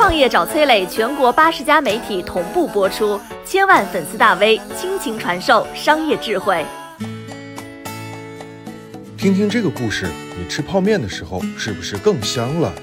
创业找崔磊，全国80家媒体同步播出，千万粉丝大 V 倾情传授商业智慧。 听听这个故事，你吃泡面的时候是不是更香了？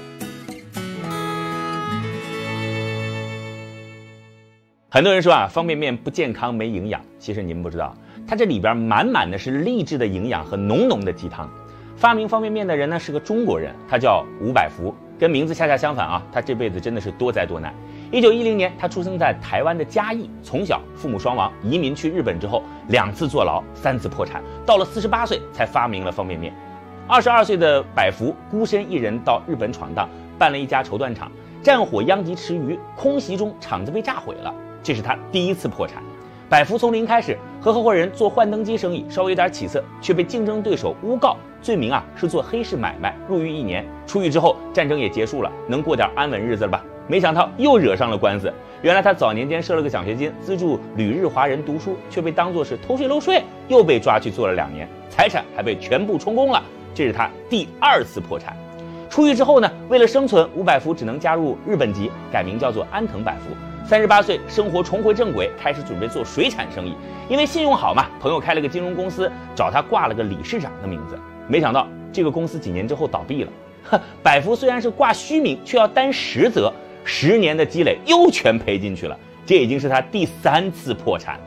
很多人说啊，方便面不健康没营养，其实你们不知道，它这里边满满的是励志的营养和浓浓的鸡汤。发明方便面的人呢是个中国人，他叫伍百福，跟名字恰恰相反啊，他这辈子真的是多灾多难。1910年，他出生在台湾的嘉义，从小父母双亡，移民去日本之后，2次坐牢，3次破产，到了48岁才发明了方便面。22岁的百福孤身一人到日本闯荡，办了一家绸缎厂，战火殃及池鱼，空袭中厂子被炸毁了，这是他第1次破产。百福从零开始，和合伙人做幻灯机生意，稍微有点起色，却被竞争对手诬告，罪名是做黑市买卖，入狱1年。出狱之后，战争也结束了，能过点安稳日子了吧？没想到又惹上了官司。原来他早年间设了个奖学金，资助旅日华人读书，却被当作是偷税漏税，又被抓去做了2年，财产还被全部充公了。这是他第2次破产。出狱之后呢，为了生存，伍百福只能加入日本籍，改名叫做安藤百福。38岁，生活重回正轨，开始准备做水产生意。因为信用好嘛，朋友开了个金融公司，找他挂了个理事长的名字。没想到这个公司几年之后倒闭了。百福虽然是挂虚名，却要担实责，10年的积累又全赔进去了。这已经是他第3次破产了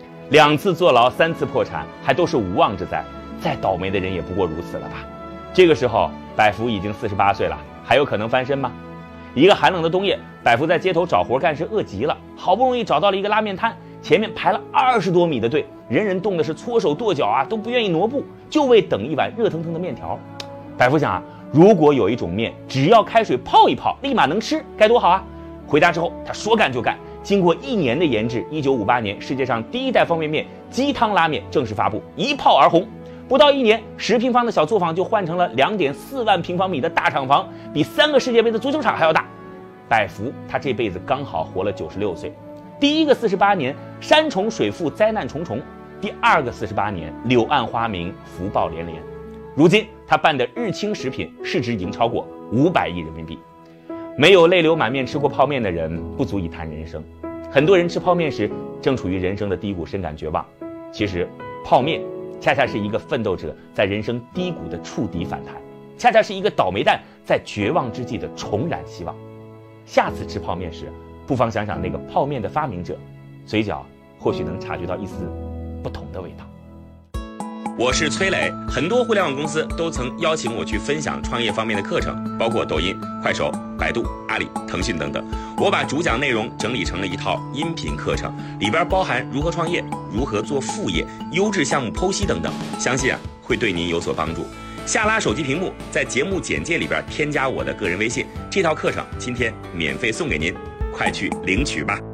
，2次坐牢，3次破产，还都是无妄之灾。再倒霉的人也不过如此了吧？这个时候，百福已经48岁了，还有可能翻身吗？一个寒冷的冬夜，百福在街头找活干是饿极了，好不容易找到了一个拉面摊，前面排了20多米的队，人人冻得是搓手跺脚都不愿意挪步，就为等一碗热腾腾的面条。百福想如果有一种面，只要开水泡一泡，立马能吃，该多好啊！回家之后，他说干就干，经过1年的研制，1958年，世界上第1代方便面鸡汤拉面正式发布，一炮而红。不到1年，10平方的小作坊就换成了2.4万平方米的大厂房，比3个世界杯的足球场还要大。百福他这辈子刚好活了96岁，第1个48年山重水复灾难重重，第2个48年柳暗花明福报连连。如今他办的日清食品市值已经超过500亿人民币。没有泪流满面吃过泡面的人不足以谈人生。很多人吃泡面时正处于人生的低谷，深感绝望。其实泡面恰恰是一个奋斗者在人生低谷的触底反弹，恰恰是一个倒霉蛋在绝望之际的重燃希望。下次吃泡面时，不妨想想那个泡面的发明者，嘴角或许能察觉到一丝不同的味道。我是崔磊，很多互联网公司都曾邀请我去分享创业方面的课程，包括抖音、快手、百度、阿里、腾讯等等。我把主讲内容整理成了一套音频课程，里边包含如何创业、如何做副业、优质项目剖析等等，相信会对您有所帮助。下拉手机屏幕，在节目简介里边添加我的个人微信，这套课程今天免费送给您，快去领取吧。